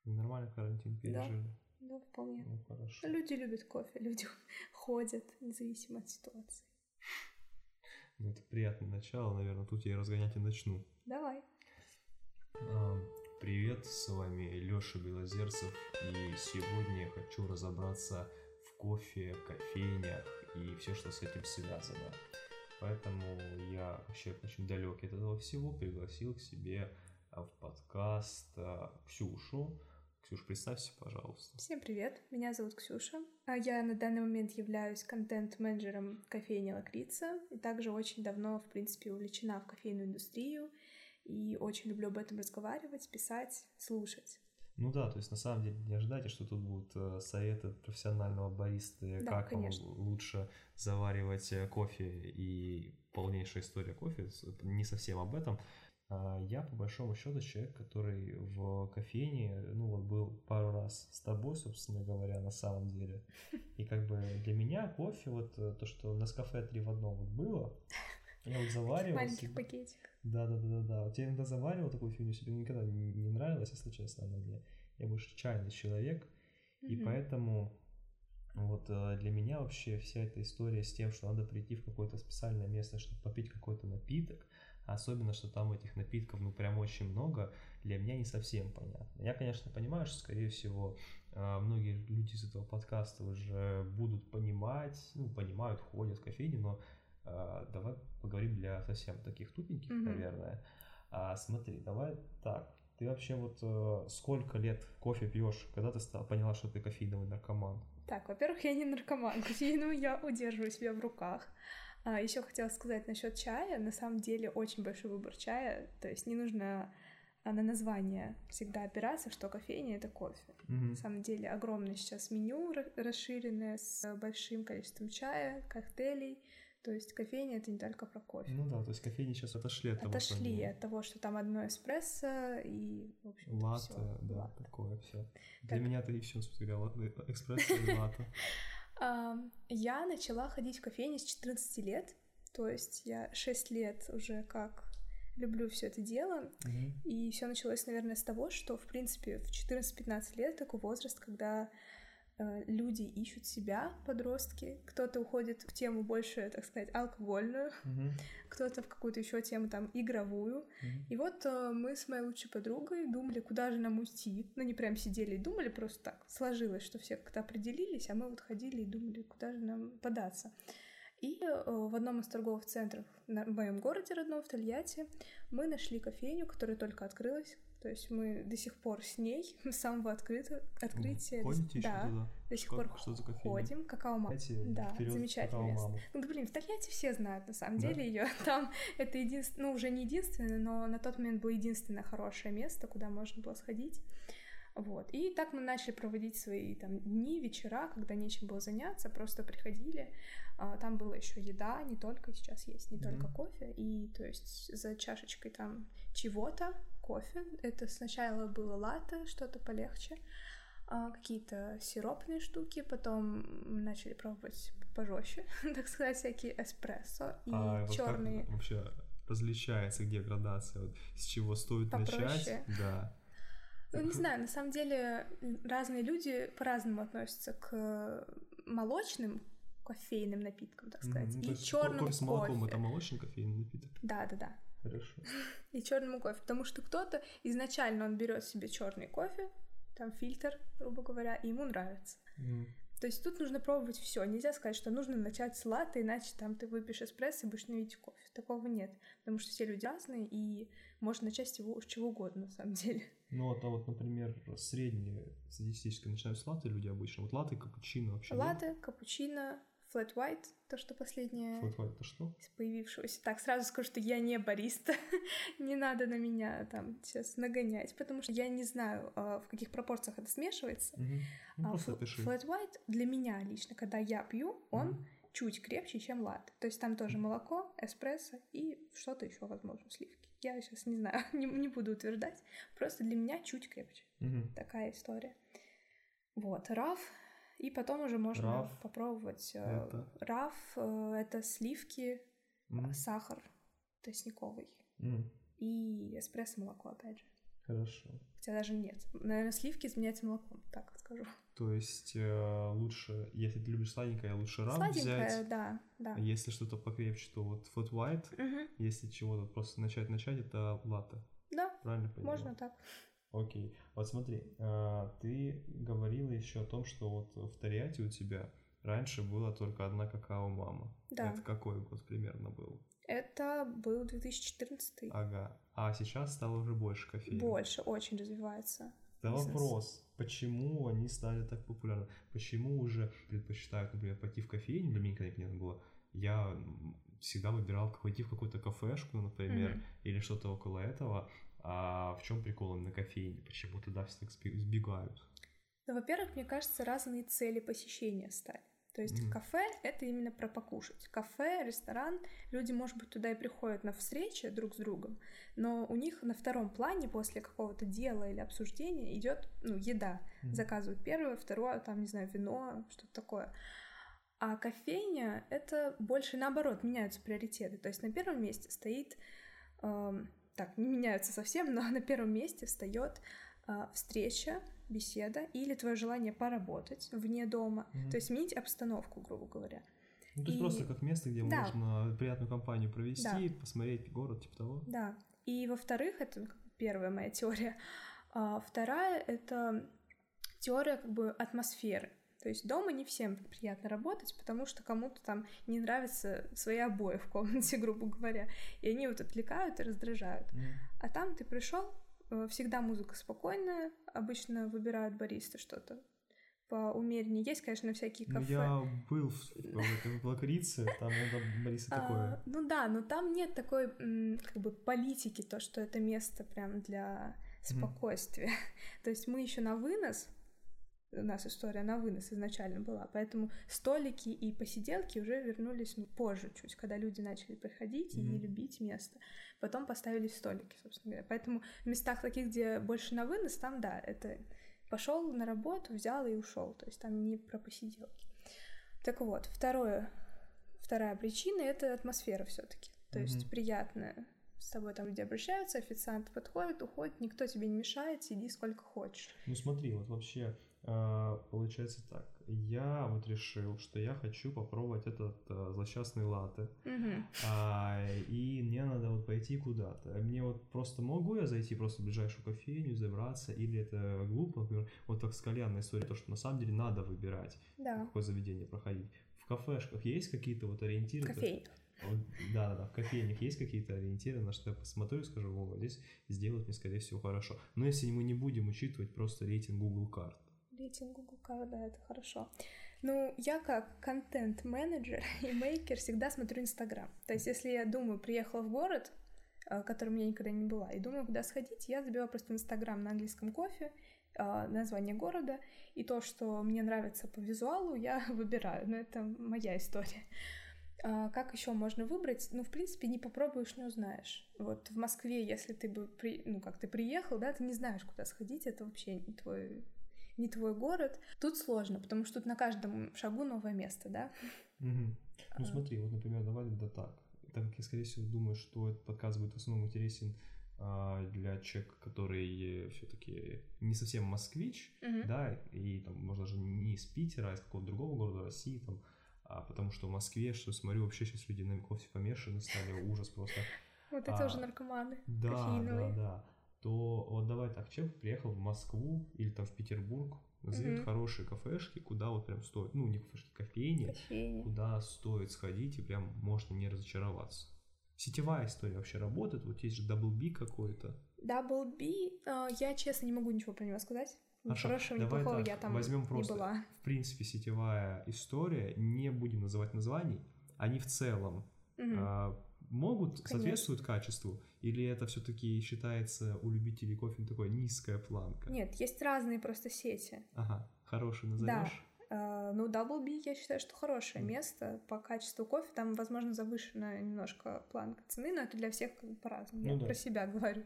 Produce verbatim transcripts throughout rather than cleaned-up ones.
Нормально карантин пережили? Да, да, вполне. Ну, хорошо. Люди любят кофе, люди ходят, независимо от ситуации. Ну, это приятное начало, наверное, тут я и разгонять и начну. Давай. Привет, с вами Лёша Белозерцев, и сегодня я хочу разобраться в кофе, кофейнях и все, что с этим связано. Поэтому я вообще очень далек от этого всего, пригласил к себе в подкаст Ксюшу. Ксюш, представься, пожалуйста. Всем привет, меня зовут Ксюша. Я на данный момент являюсь контент-менеджером кофейни Лакрица и также очень давно, в принципе, увлечена в кофейную индустрию и очень люблю об этом разговаривать, писать, слушать. Ну да, то есть на самом деле не ожидайте, что тут будут советы профессионального баристы, да, как конечно. вам лучше заваривать кофе и полнейшая история кофе, не совсем об этом. Я, по большому счету, человек, который в кофейне, ну вот был пару раз с тобой, собственно говоря, на самом деле. И как бы для меня кофе, вот то, что Нескафе три в одном вот было, я вот заваривал. В маленьких пакетиках. Да-да-да-да. Вот я иногда заваривал такую фигню, себе никогда не, не нравилось, если честно, она мне. Я больше чайный человек, mm-hmm. и поэтому вот для меня вообще вся эта история с тем, что надо прийти в какое-то специальное место, чтобы попить какой-то напиток, особенно, что там этих напитков, ну, прям очень много, для меня не совсем понятно. Я, конечно, понимаю, что, скорее всего, многие люди из этого подкаста уже будут понимать, ну, понимают, ходят в кофейни, но давай поговорим для совсем таких тупеньких, mm-hmm. наверное. А, смотри, давай так, ты вообще вот сколько лет кофе пьешь, когда ты стала, поняла, что ты кофеиновый наркоман? Так, во-первых, я не наркоман, кофеину я удерживаю себя в руках. А, еще хотела сказать насчет чая. На самом деле очень большой выбор чая, то есть не нужно на название всегда опираться, что кофейня — это кофе. Mm-hmm. На самом деле огромное сейчас меню расширенное с большим количеством чая, коктейлей. То есть кофейня — это не только про кофе. Ну да, то есть кофейни сейчас отошли от того, Отошли что... от того, что там одно эспрессо и, в общем-то, латте, всё. да, латте. Такое все. Для меня это и все, собственно говоря, эспрессо и латте. Я начала ходить в кофейни с четырнадцати лет, то есть я шесть лет уже как люблю все это дело, и все началось, наверное, с того, что, в принципе, в четырнадцать-пятнадцать лет такой возраст, когда люди ищут себя, подростки, кто-то уходит в тему больше, так сказать, алкогольную, mm-hmm. кто-то в какую-то еще тему там игровую. Mm-hmm. И вот э, мы с моей лучшей подругой думали, куда же нам уйти. Ну, не прям сидели и думали, просто так сложилось, что все как-то определились, а мы вот ходили и думали, куда же нам податься. И э, в одном из торговых центров в моем городе родном, в Тольятти, мы нашли кофейню, которая только открылась. То есть мы до сих пор с ней, с самого открытия... открытия Ходите да, еще туда? До сих что, пор что за ходим. Какао-мама. Да, замечательное место. Ну, да, блин, в Тольятти все знают, на самом да? деле, ее. Там это единственное, ну, уже не единственное, но на тот момент было единственное хорошее место, куда можно было сходить. Вот. И так мы начали проводить свои там дни, вечера, когда нечем было заняться, просто приходили. Там была еще еда, не только сейчас есть, не mm-hmm. только кофе. И то есть за чашечкой там чего-то, кофе. Это сначала было латте, что-то полегче, какие-то сиропные штуки, потом начали пробовать пожестче, так сказать, всякие эспрессо и а черные. Вот как вообще различается, где градация, вот, с чего стоит попроще. Начать? Да. Ну, не знаю, на самом деле разные люди по-разному относятся к молочным кофейным напиткам, так сказать, mm-hmm. и черному кофе. С молоком это молочный кофейный напиток? Да, да, да. Хорошо. И черному кофе, потому что кто-то изначально он берет себе черный кофе, там фильтр, грубо говоря, и ему нравится. Mm. То есть тут нужно пробовать все. Нельзя сказать, что нужно начать с латте, иначе там ты выпьешь эспрессо и будешь ненавидеть кофе. Такого нет, потому что все люди разные, и можно начать с чего, с чего угодно, на самом деле. Ну, вот, а вот, например, средние статистически начинают с латте люди обычно. Вот латте, капучино вообще. Латте, капучино, flat white, то, что последнее... Flat white, это что? Появившегося. Так, сразу скажу, что я не бариста. Не надо на меня там сейчас нагонять, потому что я не знаю, в каких пропорциях это смешивается. Mm-hmm. Ну, а просто ф- flat white для меня лично, когда я пью, он mm-hmm. чуть крепче, чем латте. То есть там тоже молоко, эспрессо и что-то еще, возможно, сливки. Я сейчас не знаю, не, не буду утверждать. Просто для меня чуть крепче. Mm-hmm. Такая история. Вот, раф. И потом уже можно раф. попробовать. Это? Раф — это сливки, mm. сахар тростниковый mm. и эспрессо молоко, опять же. Хорошо. Хотя даже нет. Наверное, сливки изменяются молоком, так скажу. То есть э, лучше, если ты любишь сладенькое, лучше рам взять. Сладенькое, да, да. А если что-то покрепче, то вот Flat White. Угу. Если чего-то просто начать-начать, это латте. Да, правильно понимаю? Можно так. Окей. Вот смотри, ты говорила еще о том, что вот в Тольятти у тебя раньше была только одна какао-мама. Да. Это какой год примерно был? Это был две тысячи четырнадцатый. Ага. А сейчас стало уже больше кофеин. Больше, очень развивается. Да вопрос, почему они стали так популярны? Почему уже предпочитают, например, пойти в кофейню? Для меня никогда не было. Я всегда выбирал пойти в какую-то кафешку, например, mm-hmm. или что-то около этого. А в чем прикол на кофейне? Почему туда все так сбегают? Ну, во-первых, мне кажется, разные цели посещения стали. То есть mm-hmm. кафе — это именно про покушать. Кафе, ресторан, люди, может быть, туда и приходят на встречи друг с другом, но у них на втором плане после какого-то дела или обсуждения идет, ну, еда. Mm-hmm. Заказывают первое, второе, там, не знаю, вино, что-то такое. А кофейня — это больше наоборот, меняются приоритеты. То есть на первом месте стоит... Эм, так, не меняются совсем, но на первом месте встает э, встреча, беседа или твое желание поработать вне дома, mm-hmm. то есть сменить обстановку, грубо говоря. Ну, то есть и... просто как место, где да. можно приятную компанию провести, да. посмотреть город, типа того. Да. И во-вторых, это первая моя теория. А вторая — это теория как бы атмосферы. То есть дома не всем приятно работать, потому что кому-то там не нравятся свои обои в комнате, грубо говоря, и они вот отвлекают и раздражают. Mm. А там ты пришел, всегда музыка спокойная, обычно выбирают баристы что-то поумереннее. Есть, конечно, всякие кафе. Ну, я был в, в, в Лакрице, там иногда бариста такое. А, ну да, но там нет такой как бы политики, то, что это место прям для спокойствия. Mm. То есть мы еще на вынос. У нас история на вынос изначально была, поэтому столики и посиделки уже вернулись ну, позже чуть, когда люди начали приходить mm-hmm. и любить место. Потом поставили столики, собственно говоря. Поэтому в местах таких, где больше на вынос, там, да, это пошел на работу, взял и ушел. То есть там не про посиделки. Так вот, второе, вторая причина — это атмосфера все-таки. То mm-hmm. есть приятная. С тобой там люди обращаются, официант подходит, уходит, никто тебе не мешает, сиди сколько хочешь. Ну смотри, вот вообще получается так. Я вот решил, что я хочу попробовать этот а, злосчастный латте, mm-hmm. а, и мне надо вот пойти куда-то. Мне вот просто могу я зайти просто в ближайшую кофейню, забраться, или это глупо, например, вот так с кальянной историей, то, что на самом деле надо выбирать, да. какое заведение проходить. В кафешках есть какие-то вот ориентиры? В кофейнях. Вот, да, да, да, в кофейнях есть какие-то ориентиры, на что я посмотрю и скажу, Вова, здесь сделают мне, скорее всего, хорошо. Но если мы не будем учитывать просто рейтинг Google карт. Рейтинг Google карт, да, это хорошо. Ну, я как контент-менеджер и мейкер всегда смотрю Инстаграм. То есть, если я думаю, приехала в город, в котором я никогда не была, и думаю, куда сходить, я забиваю просто Инстаграм на английском кофе, название города, и то, что мне нравится по визуалу, я выбираю. Но это моя история. А как еще можно выбрать? Ну, в принципе, не попробуешь, не узнаешь. Вот в Москве, если ты бы, при... ну, как ты приехал, да, ты не знаешь, куда сходить, это вообще не твой, не твой город. Тут сложно, потому что тут на каждом шагу новое место, да? Угу. Ну, смотри, вот, например, давай тогда так. Так как я, скорее всего, думаю, что этот подкаст будет в основном интересен а, для человека, который все-таки не совсем москвич, угу. да, и, там, может, даже не из Питера, а из какого-то другого города России, там, А потому что в Москве, что смотрю, вообще сейчас люди на кофе помешаны стали, ужас просто. Вот это уже наркоманы кофеиновые. Да, да, да. То вот давай так, человек приехал в Москву или там в Петербург, назовет хорошие кафешки, куда вот прям стоит, ну не кафешки, кофейни, куда стоит сходить и прям можно не разочароваться. Сетевая история вообще работает, вот есть же Double B какой-то. Double B, я честно не могу ничего про него сказать. Хорошо, хорошего, давай неплохого так, я там возьмем не просто, была. В принципе, сетевая история, не будем называть названий, они в целом угу. а, могут, Конечно. соответствуют качеству, или это все-таки считается у любителей кофе такой низкая планка? Нет, есть разные просто сети. Ага, хороший назовешь? Да, uh, ну Double B я считаю, что хорошее mm. место по качеству кофе, там, возможно, завышенная немножко планка цены, но это для всех как бы по-разному, ну, я да. про себя говорю.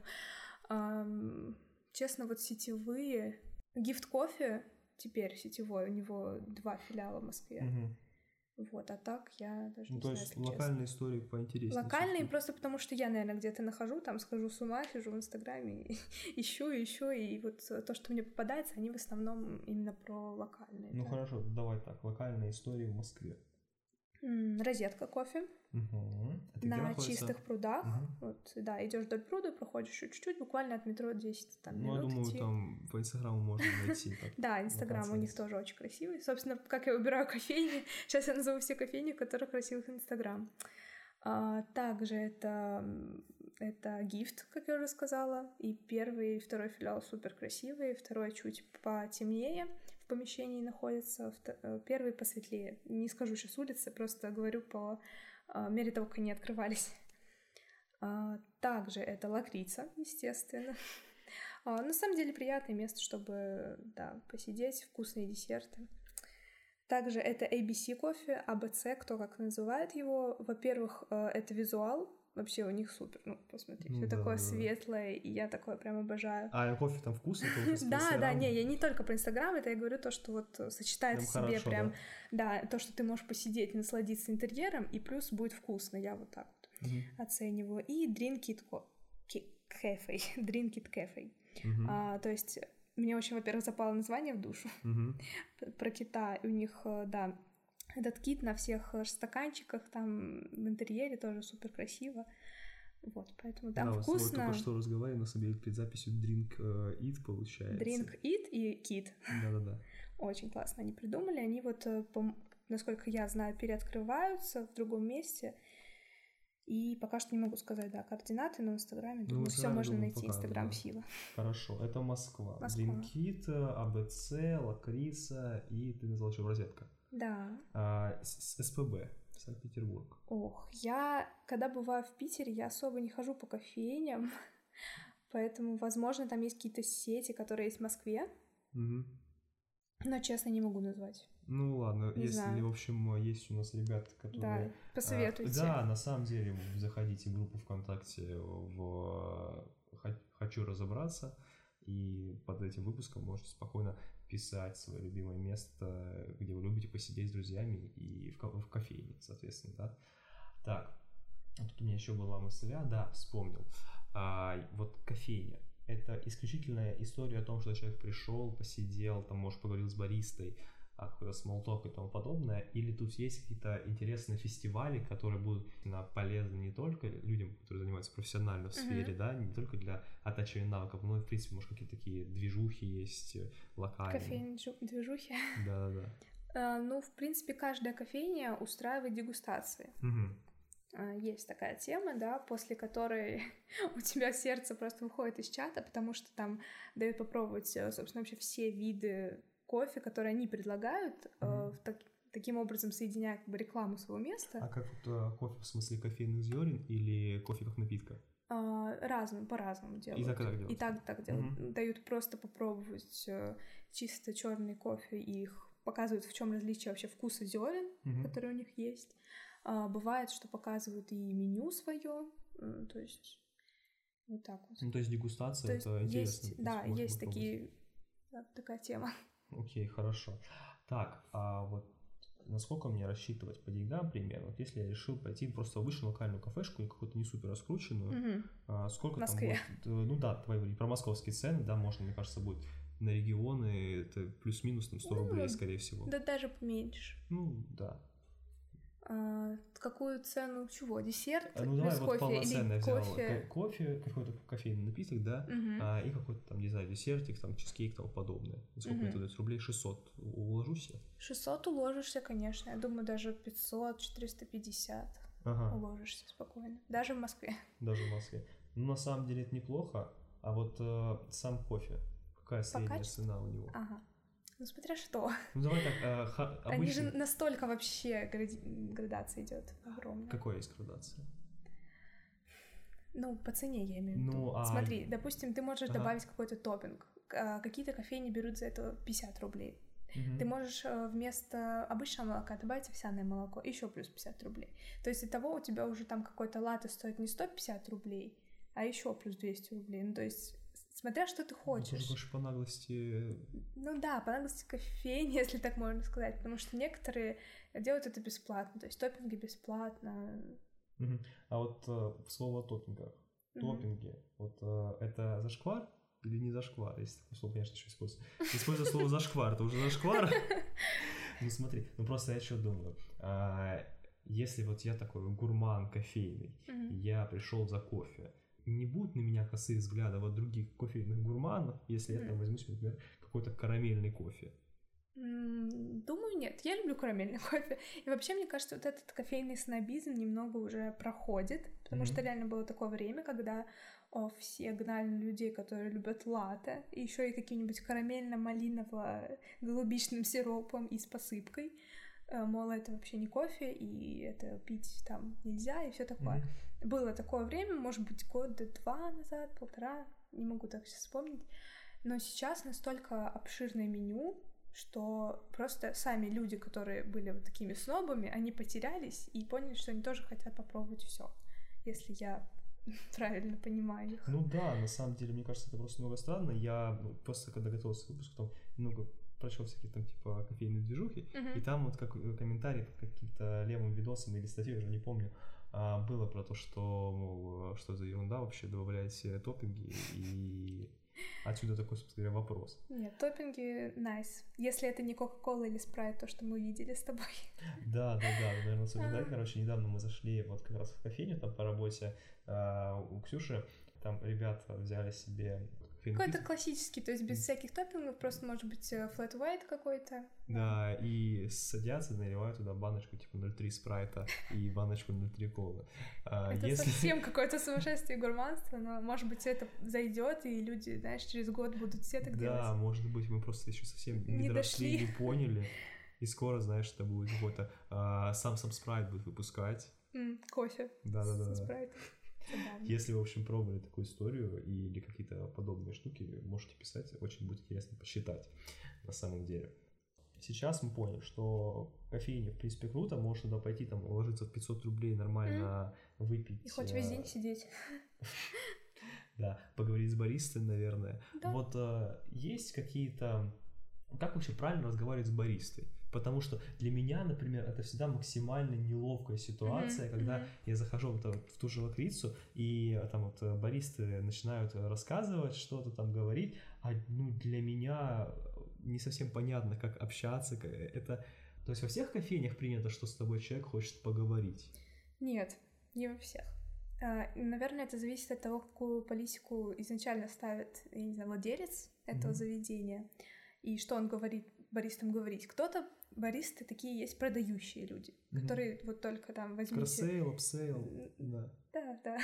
Um, честно, вот сетевые... Gift Coffee теперь сетевой, у него два филиала в Москве. Угу. Вот, а так я даже ну, не то знаю, есть если локальные честно. истории поинтереснее. Локальные просто потому, что я, наверное, где-то нахожу, там схожу с ума, сижу в Инстаграме, и ищу, ищу, и вот то, что мне попадается, они в основном именно про локальные. Ну да. хорошо, давай так, локальные истории в Москве. М, Розетка кофе. Угу. Это на где находится? Чистых прудах. Угу. Вот, да, идешь вдоль пруда, проходишь еще чуть-чуть, буквально от метро десять там, ну, минут я думаю, идти. там по Инстаграму можно найти. Так, да, Инстаграм у них есть. тоже очень красивый. Собственно, как я выбираю кофейни. Сейчас я назову все кофейни, у которых красивых Инстаграм. А, также это, это гифт, как я уже сказала. И первый и второй филиал супер красивые, второй чуть потемнее в помещении находится, первый посветлее. Не скажу сейчас улицы, просто говорю по мере того, как они открывались. Также это Лакрица, естественно. На самом деле приятное место, чтобы, да, посидеть, вкусные десерты. Также это эй би си кофе, эй би си, кто как называет его. Во-первых, это визуал, вообще у них супер, ну, посмотри, ну, все да, такое да. светлое, и я такое прям обожаю. А кофе там вкусный? Да, да, не, я не только про Инстаграм, это я говорю то, что вот сочетает прям в себе хорошо, прям, да? да, то, что ты можешь посидеть, насладиться интерьером, и плюс будет вкусно, я вот так вот угу. оцениваю. И Drink It Cafe, Drink It Cafe, угу. а, то есть мне очень, во-первых, запало название в душу угу. про кита, у них, да, этот кит на всех стаканчиках, там в интерьере тоже супер красиво. Вот, поэтому там да, вкусно. Да, только что разговаривали, на самом деле, перед записью Drink It получается. Drink It и Кит. Да-да-да. Очень классно они придумали. Они вот, по, насколько я знаю, переоткрываются в другом месте. И пока что не могу сказать, да, координаты, но в Инстаграме, думаю, ну, все можно думаю, найти, Инстаграм да. Сила. Хорошо, это Москва. Москва. Drink It, эй би си, Лакрица и ты назвала еще Розетка. Да. А, эс пэ бэ, Санкт-Петербург. Ох, я, когда бываю в Питере, я особо не хожу по кофейням, поэтому, возможно, там есть какие-то сети, которые есть в Москве, угу. но, честно, не могу назвать. Ну ладно, не если, знаю. в общем, есть у нас ребята, которые... Да, посоветуйте. А, да, на самом деле, заходите в группу ВКонтакте в «Хочу разобраться», и под этим выпуском можете спокойно писать свое любимое место, где вы любите посидеть с друзьями, и в, ко- в кофейне, соответственно, да. Так, тут у меня еще была мысль, а, да, вспомнил. А, вот кофейня. Это исключительная история о том, что человек пришел, посидел, там, может, поговорил с баристой, какой-то смолток и тому подобное, или тут есть какие-то интересные фестивали, которые будут полезны не только людям, которые занимаются профессионально в сфере, uh-huh. да, не только для оттачивания навыков, но и, в принципе, может, какие-то такие движухи есть локальные. Кофейные движухи? Да-да-да. Uh, ну, в принципе, каждая кофейня устраивает дегустации. Uh-huh. Uh, есть такая тема, да, после которой у тебя сердце просто выходит из чата, потому что там дают попробовать, собственно, вообще все виды кофе, которые они предлагают, mm-hmm. э, так, таким образом соединяя как бы рекламу своего места. А как вот, э, кофе в смысле кофейных зерен или кофе как напитка? Э, разным, по-разному делают. И так и так делают? И так, так делают. Mm-hmm. Дают просто попробовать э, чисто черный кофе, и их показывают, в чем различие вообще вкуса зерен, mm-hmm. которые у них есть. Э, бывает, что показывают и меню свое, э, то есть вот так вот. Ну, то есть дегустация, то это есть, интересно. Есть, да, есть такие, да, такая тема. Окей, okay, хорошо. Так, а вот насколько мне рассчитывать по деньгам примерно? Вот если я решил пойти просто в обычную локальную кафешку и какую-то не супер раскрученную, mm-hmm. а сколько там будет? Ну да, твои про московские цены, да, можно, мне кажется, будет на регионы, это плюс-минус там сто ну, рублей, скорее всего. Да даже поменьше. Ну, да. А, какую цену чего? Десерт? А, ну давай вот кофе полноценно или взял кофе? кофе, какой-то кофейный напиток, да, uh-huh. а, и какой-то там, не знаю, десертик, там, чизкейк, тому подобное. Сколько uh-huh. это дает? Рублей шестьсот. Уложусь я? шестьсот уложишься, конечно. Я думаю, даже пятьсот, четыреста пятьдесят ага. уложишься спокойно. Даже в Москве. Даже в Москве. Ну, на самом деле, это неплохо. А вот э, сам кофе, какая средняя цена у него? Ага. Ну, смотря что. Ну, давай так, э, ха- обычный... Они же настолько вообще гради... градация идет огромная. Какой есть градация? Ну, по цене я имею в виду. Ну, а... Смотри, допустим, ты можешь ага. добавить какой-то топпинг. Какие-то кофейни берут за это пятьдесят рублей. Угу. Ты можешь вместо обычного молока добавить овсяное молоко, еще плюс пятьдесят рублей. То есть итого у тебя уже там какой-то латте стоит не сто пятьдесят рублей, а еще плюс двести рублей. Ну, то есть смотря что ты хочешь. Ну, тоже по наглости... Ну да, по наглости кофейни, если так можно сказать, потому что некоторые делают это бесплатно, то есть топпинги бесплатно. Угу. А вот э, слово о топпингах. Топпинги, угу. вот э, это зашквар или не зашквар? Если такое слово, конечно, еще используется. Используя слово зашквар, это уже зашквар. Ну смотри, ну просто я что думаю. Если вот я такой гурман кофейный, я пришел за кофе, не будет на меня косых взглядов от других кофейных гурманов, если я там возьму себе, например, какой-то карамельный кофе? Думаю, нет. Я люблю карамельный кофе. И вообще, мне кажется, вот этот кофейный снобизм немного уже проходит, потому mm-hmm. что реально было такое время, когда о, все гнали на людей, которые любят латте, и еще и каким-нибудь карамельно-малиново-голубичным сиропом и с посыпкой. Мол, это вообще не кофе, и это пить там нельзя, и все такое. Mm-hmm. Было такое время, может быть, года два назад, полтора, не могу так сейчас вспомнить. Но сейчас настолько обширное меню, что просто сами люди, которые были вот такими снобами, они потерялись и поняли, что они тоже хотят попробовать все, если я правильно понимаю их. Ну да, на самом деле, мне кажется, это просто немного странно. Я ну, просто, когда готовился к выпуску, там немного прочел всякие там типа кофейные движухи, uh-huh. и там вот как комментарий под каким-то левым видосом или статьей, я уже не помню, было про то, что, мол, что за ерунда вообще, добавляете топпинги, и отсюда такой, собственно говоря, вопрос. Нет, топпинги nice. Если это не Кока-Кола или Спрайт, то, что мы увидели с тобой. Да, да, да, наверное, обсуждать. Короче, недавно мы зашли вот как раз в кофейню там по работе у Ксюши, там ребята взяли себе... Какой-то классический, то есть без всяких топпингов, просто может быть flat white какой-то. Да, и садятся, наливают туда баночку типа ноль три спрайта и баночку ноль три колы. Это Если... совсем какое-то сумасшествие гурманства, но может быть это зайдет, и люди, знаешь, через год будут все так да, делать. Да, может быть, мы просто еще совсем не, не доросли, не поняли, и скоро, знаешь, это будет какой-то а, сам-сам спрайт будет выпускать. Mm, кофе. Да-да-да. Спрайт. Если, в общем, пробовали такую историю или какие-то подобные штуки, можете писать, очень будет интересно посчитать на самом деле. Сейчас мы поняли, что кофейня, в принципе, круто, можешь туда пойти, там, уложиться в пятьсот рублей, нормально mm. выпить. И хоть весь день сидеть. Да, поговорить с баристой, наверное. Да. Вот есть какие-то... Как вообще правильно разговаривать с баристой? Потому что для меня, например, это всегда максимально неловкая ситуация, mm-hmm. когда mm-hmm. я захожу вот в ту же лакрицу, и там вот баристы начинают рассказывать, что-то там говорить, а ну, для меня не совсем понятно, как общаться. Это... То есть во всех кофейнях принято, что с тобой человек хочет поговорить? Нет, не во всех. Наверное, это зависит от того, какую политику изначально ставит, я не знаю, владелец этого mm-hmm. заведения, и что он говорит баристам говорить. Кто-то баристы такие есть продающие люди, mm-hmm. которые вот только там возьмите... Кросейл, апсейл, да. Да, да.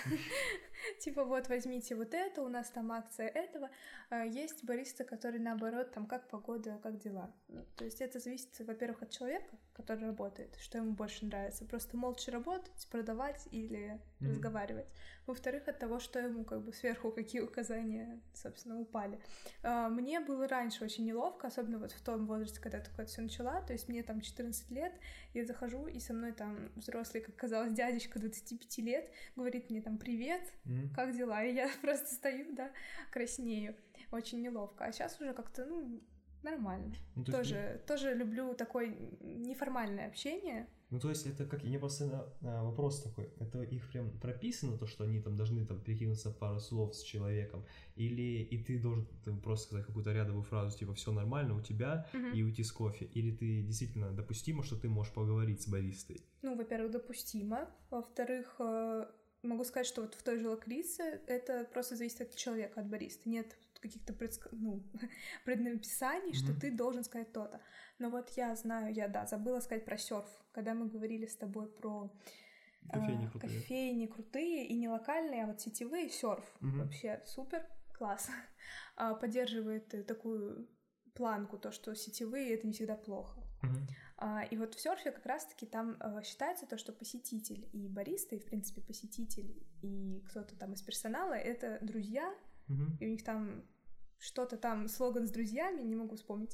Типа вот возьмите вот это, у нас там акция этого. Есть баристы, которые наоборот, там как погода, как дела. То есть это зависит, во-первых, от человека, который работает, что ему больше нравится. Просто молча работать, продавать или mm-hmm. разговаривать. Во-вторых, от того, что ему как бы сверху какие указания, собственно, упали. Мне было раньше очень неловко, особенно вот в том возрасте, когда я такое все начала. То есть мне там четырнадцать лет, я захожу, и со мной там взрослый, как казалось, дядечка двадцати пяти лет, говорит мне там «Привет, mm-hmm. как дела?» И я просто стою, да, краснею. Очень неловко. А сейчас уже как-то, ну, нормально. Ну, то тоже, есть... тоже люблю такое неформальное общение. Ну, то есть это как... Мне просто а, вопрос такой. Это их прям прописано, то, что они там должны там перекинуться пару слов с человеком? Или и ты должен там, просто сказать какую-то рядовую фразу, типа «все нормально у тебя» mm-hmm. и уйти с кофе? Или ты действительно допустимо, что ты можешь поговорить с баристой? Ну, во-первых, допустимо. Во-вторых, могу сказать, что вот в той же лакрице это просто зависит от человека, от бариста. Нет каких-то предск... ну, преднаписаний, mm-hmm. что ты должен сказать то-то. Но вот я знаю, я, да, забыла сказать про серф, когда мы говорили с тобой про кофейни, э, крутые. кофейни крутые, и не локальные, а вот сетевые, серф. Mm-hmm. Вообще супер, класс. Поддерживает такую планку, то, что сетевые — это не всегда плохо. Mm-hmm. И вот в серфе как раз-таки там считается то, что посетитель и бариста, и, в принципе, посетитель и кто-то там из персонала — это друзья, mm-hmm. и у них там что-то там, слоган с друзьями, не могу вспомнить.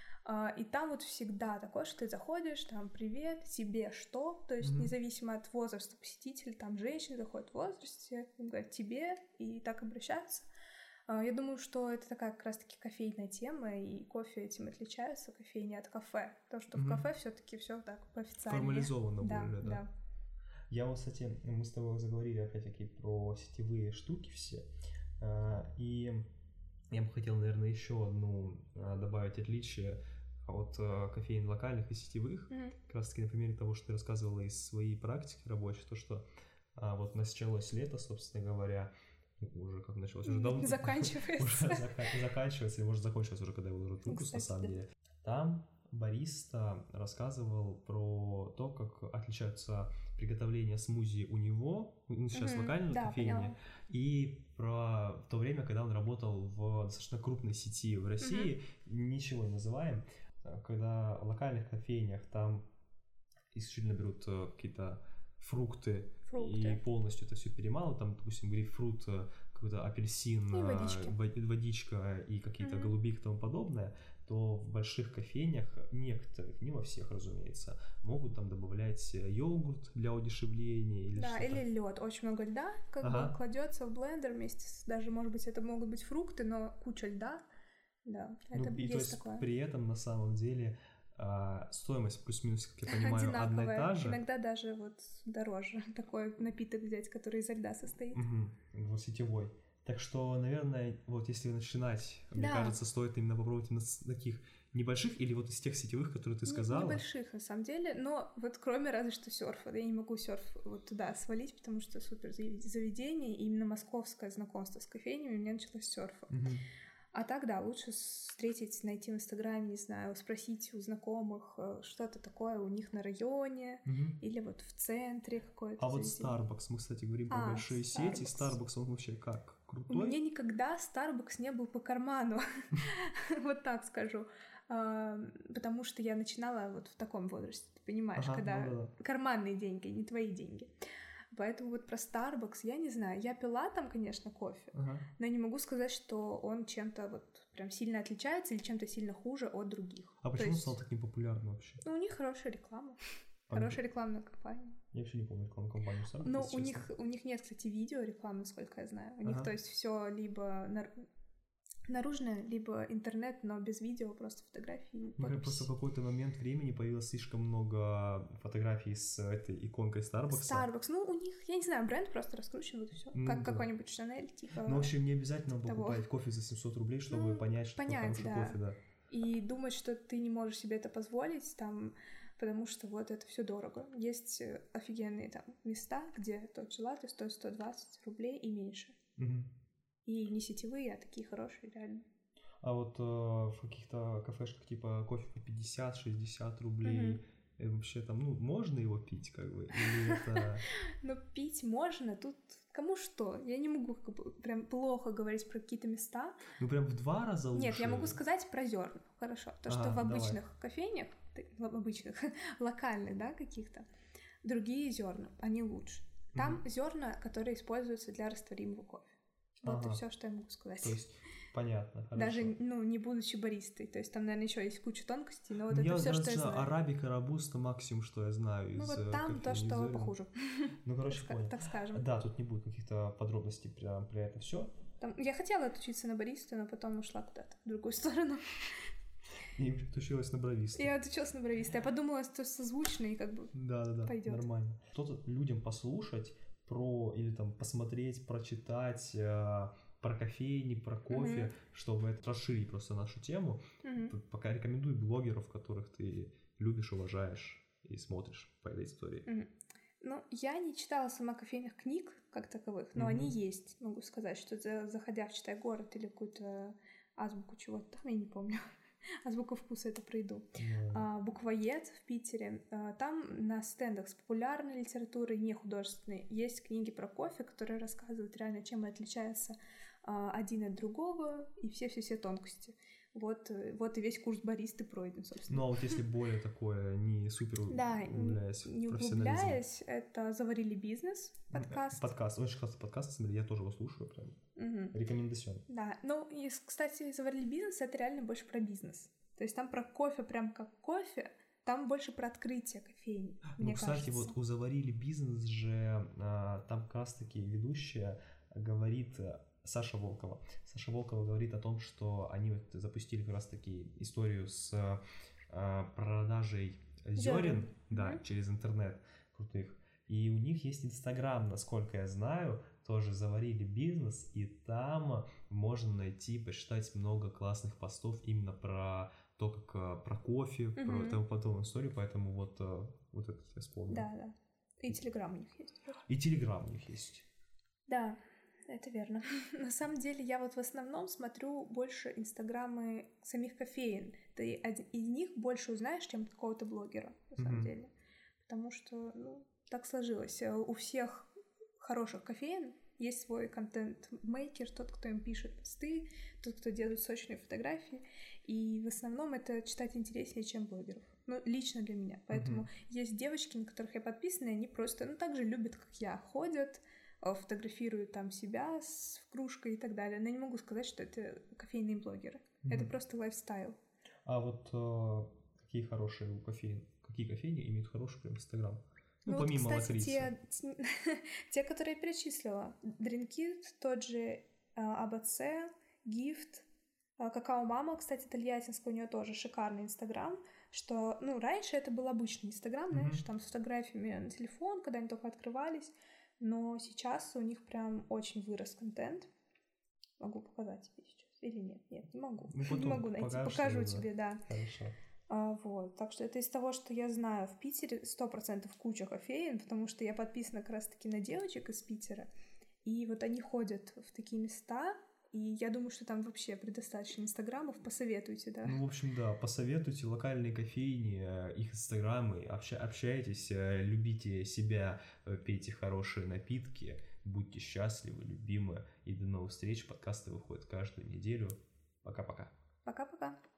И там вот всегда такое, что ты заходишь, там «Привет, тебе что?» То есть mm-hmm. независимо от возраста посетителя, там женщины заходят в возрасте, им говорят «тебе», и так обращаются. Я думаю, что это такая как раз-таки кофейная тема, и кофе этим отличается, кофейня от кафе. То, что mm-hmm. в кафе все-таки все так по-официальнее. Формализовано да, более, да. да. Я вот, кстати, мы с тобой заговорили опять-таки про сетевые штуки все, и я бы хотел, наверное, еще одну добавить отличие от кофеин локальных и сетевых, mm-hmm. как раз-таки на примере того, что ты рассказывала из своей практики рабочей, то, что вот началось лето, собственно говоря, уже как началось, уже давно... Заканчивается. Уже заканчивается, или может закончилось уже, когда я выложу выпуск, на самом деле. Там бариста рассказывал про то, как отличаются приготовления смузи у него, ну, сейчас mm-hmm. локально да, кофейне, поняла. и про то время, когда он работал в достаточно крупной сети в России, mm-hmm. ничего не называем, когда в локальных кофейнях там исключительно берут какие-то фрукты, фрукты. И полностью это все перемалывают, там, допустим, грейпфрут, какой-то апельсин, и водичка и какие-то mm-hmm. голубики и тому подобное, то в больших кофейнях, некоторых, не во всех, разумеется, могут там добавлять йогурт для удешевления или да, что-то. или лед, очень много льда, как ага. бы кладется в блендер вместе с, даже, может быть, это могут быть фрукты, но куча льда, да, это ну, и есть то есть такое. При этом, на самом деле, а, стоимость плюс-минус, как я понимаю, одинаковая. одна и та же. Иногда даже вот дороже такой напиток взять, который из льда состоит. Угу. Вот сетевой. Так что, наверное, вот если начинать, да. мне кажется, стоит именно попробовать именно с таких небольших или вот из тех сетевых, которые ты сказала. Небольших, на самом деле, но вот кроме разве что серфа. Я не могу серф вот туда свалить, потому что супер заведение, и именно московское знакомство с кофейнями у меня началось с серфа. Угу. А так, да, лучше встретить, найти в Инстаграме, не знаю, спросить у знакомых что-то такое у них на районе угу. или вот в центре какой-то. А заведение. Вот Starbucks, мы, кстати, говорим про а, большие Starbucks. сети, Starbucks, он вообще как? Крутой? У меня никогда Starbucks не был по карману, вот так скажу, потому что я начинала вот в таком возрасте, ты понимаешь, когда карманные деньги, не твои деньги. Поэтому вот про Starbucks я не знаю. Я пила там, конечно, кофе, ага. но не могу сказать, что он чем-то вот прям сильно отличается или чем-то сильно хуже от других. А почему есть... стал таким популярным вообще? Ну, у них хорошая реклама. А хорошая где? Рекламная кампания. Я вообще не помню рекламную кампанию Starbucks. Ну, у них, у них нет, кстати, видео рекламы, насколько я знаю. У ага. них, то есть, все либо на... наружное, либо интернет, но без видео, просто фотографии. Ну, просто в какой-то момент времени появилось слишком много фотографий с этой иконкой Starbucks. Starbucks, ну, у них, я не знаю, бренд просто раскручен, вот и все. Ну, как да. какой-нибудь Chanel, типа. Ну, в общем, не обязательно покупать кофе за семьсот рублей, чтобы ну, понять, что понять, хороший да. кофе, да. И думать, что ты не можешь себе это позволить, там, потому что вот это все дорого. Есть офигенные там места, где тот же латте стоит сто двадцать рублей и меньше. Угу. И не сетевые, а такие хорошие, реально. А вот э, в каких-то кафешках типа кофе по пятьдесят-шестьдесят рублей, mm-hmm. и вообще там, ну, можно его пить, как бы, или это... Ну, пить можно, тут кому что. Я не могу как бы прям плохо говорить про какие-то места. Ну, прям в два раза лучше? Нет, я могу сказать про зерна, хорошо. То, что в обычных кофейнях, в обычных, локальных, да, каких-то, другие зерна, они лучше. Там mm-hmm. зерна, которые используются для растворимого кофе. Вот ага. и все, что я могу сказать. То есть, понятно, хорошо. Даже, ну, не будучи баристой. То есть там, наверное, еще есть куча тонкостей, но вот я это все, что я знаю. Арабика, робуста, максимум, что я знаю из Ну, вот там то, что зерен. Похуже. Ну, короче, так, понял. Так скажем. Да, тут не будет каких-то подробностей прям про это все. Там, я хотела отучиться на баристу, но потом ушла куда-то в другую сторону. И отучилась на бровиста. Я отучилась на бровиста. Я подумала, что созвучно и как бы да, да, да, пойдет. Нормально. Что-то людям послушать про или там посмотреть, прочитать э, про кофейни, про кофе, mm-hmm. чтобы это расширить просто нашу тему. Mm-hmm. Пока рекомендуй блогеров, которых ты любишь, уважаешь и смотришь по этой истории. Mm-hmm. Ну, я не читала сама кофейных книг как таковых, но mm-hmm. они есть. Могу сказать, что заходя в «Читай город» или какую-то азбуку чего-то там, я не помню. Азбука вкуса, это пройду. Yeah. А, буквоед в Питере. А, там на стендах с популярной литературой, не художественной, есть книги про кофе, которые рассказывают реально, чем отличается а, один от другого, и все-все-все тонкости. Вот, вот и весь курс баристы пройден, собственно. Ну, а вот если более такое, не супер углубляясь да, не углубляясь, это «Заварили бизнес» подкаст. Подкаст, очень классный подкаст, смотри, я тоже его слушаю, прям. Угу. Рекомендацион. Да, ну, и, кстати, «Заварили бизнес» — это реально больше про бизнес. То есть там про кофе прям как кофе, там больше про открытие кофейни, ну, мне кстати, кажется. вот у «Заварили бизнес» же а, там как раз-таки ведущая говорит Саша Волкова. Саша Волкова говорит о том, что они вот запустили как раз-таки историю с э, продажей зерен, да, mm-hmm. через интернет крутых. И у них есть Инстаграм, насколько я знаю, тоже заварили бизнес, и там можно найти, почитать много классных постов именно про то, как про кофе, mm-hmm. про тому подобную историю, поэтому вот, вот это я вспомнил. Да, да. И Телеграм у них есть. И Телеграм у них есть. Да, это верно. На самом деле я вот в основном смотрю больше инстаграмы самих кофеин. Ты из них больше узнаешь, чем какого-то блогера, на самом mm-hmm. деле. Потому что, ну, так сложилось. У всех хороших кофеин есть свой контент-мейкер, тот, кто им пишет посты, тот, кто делает сочные фотографии. И в основном это читать интереснее, чем блогеров. Ну, лично для меня. Поэтому mm-hmm. есть девочки, на которых я подписана, и они просто, ну, так же любят, как я, ходят, фотографируют там себя с кружкой и так далее. Но я не могу сказать, что это кофейные блогеры. Mm-hmm. Это просто лайфстайл. А вот э, какие хорошие у кофеин? Какие кофейни имеют хороший прям Инстаграм? Ну, ну помимо вот, кстати, лакрицы. Те, те, которые я перечислила. Drinkit, тот же а бэ цэ, Gift, Какао-мама, кстати, тольяттинская, у нее тоже шикарный Инстаграм, что, ну, раньше это был обычный Инстаграм, mm-hmm. знаешь, там с фотографиями на телефон, когда они только открывались, но сейчас у них прям очень вырос контент. Могу показать тебе сейчас или нет? Нет, не могу. Ну, не могу найти, покажу да. тебе, да. Хорошо. А, вот, так что это из того, что я знаю. В Питере сто процентов куча кофеин, потому что я подписана как раз-таки на девочек из Питера, и вот они ходят в такие места, и я думаю, что там вообще предостаточно инстаграмов, посоветуйте, да. Ну, в общем, да, посоветуйте локальные кофейни, их инстаграмы, обща- общайтесь, любите себя, пейте хорошие напитки, будьте счастливы, любимы, и до новых встреч. Подкасты выходят каждую неделю. Пока-пока. Пока-пока.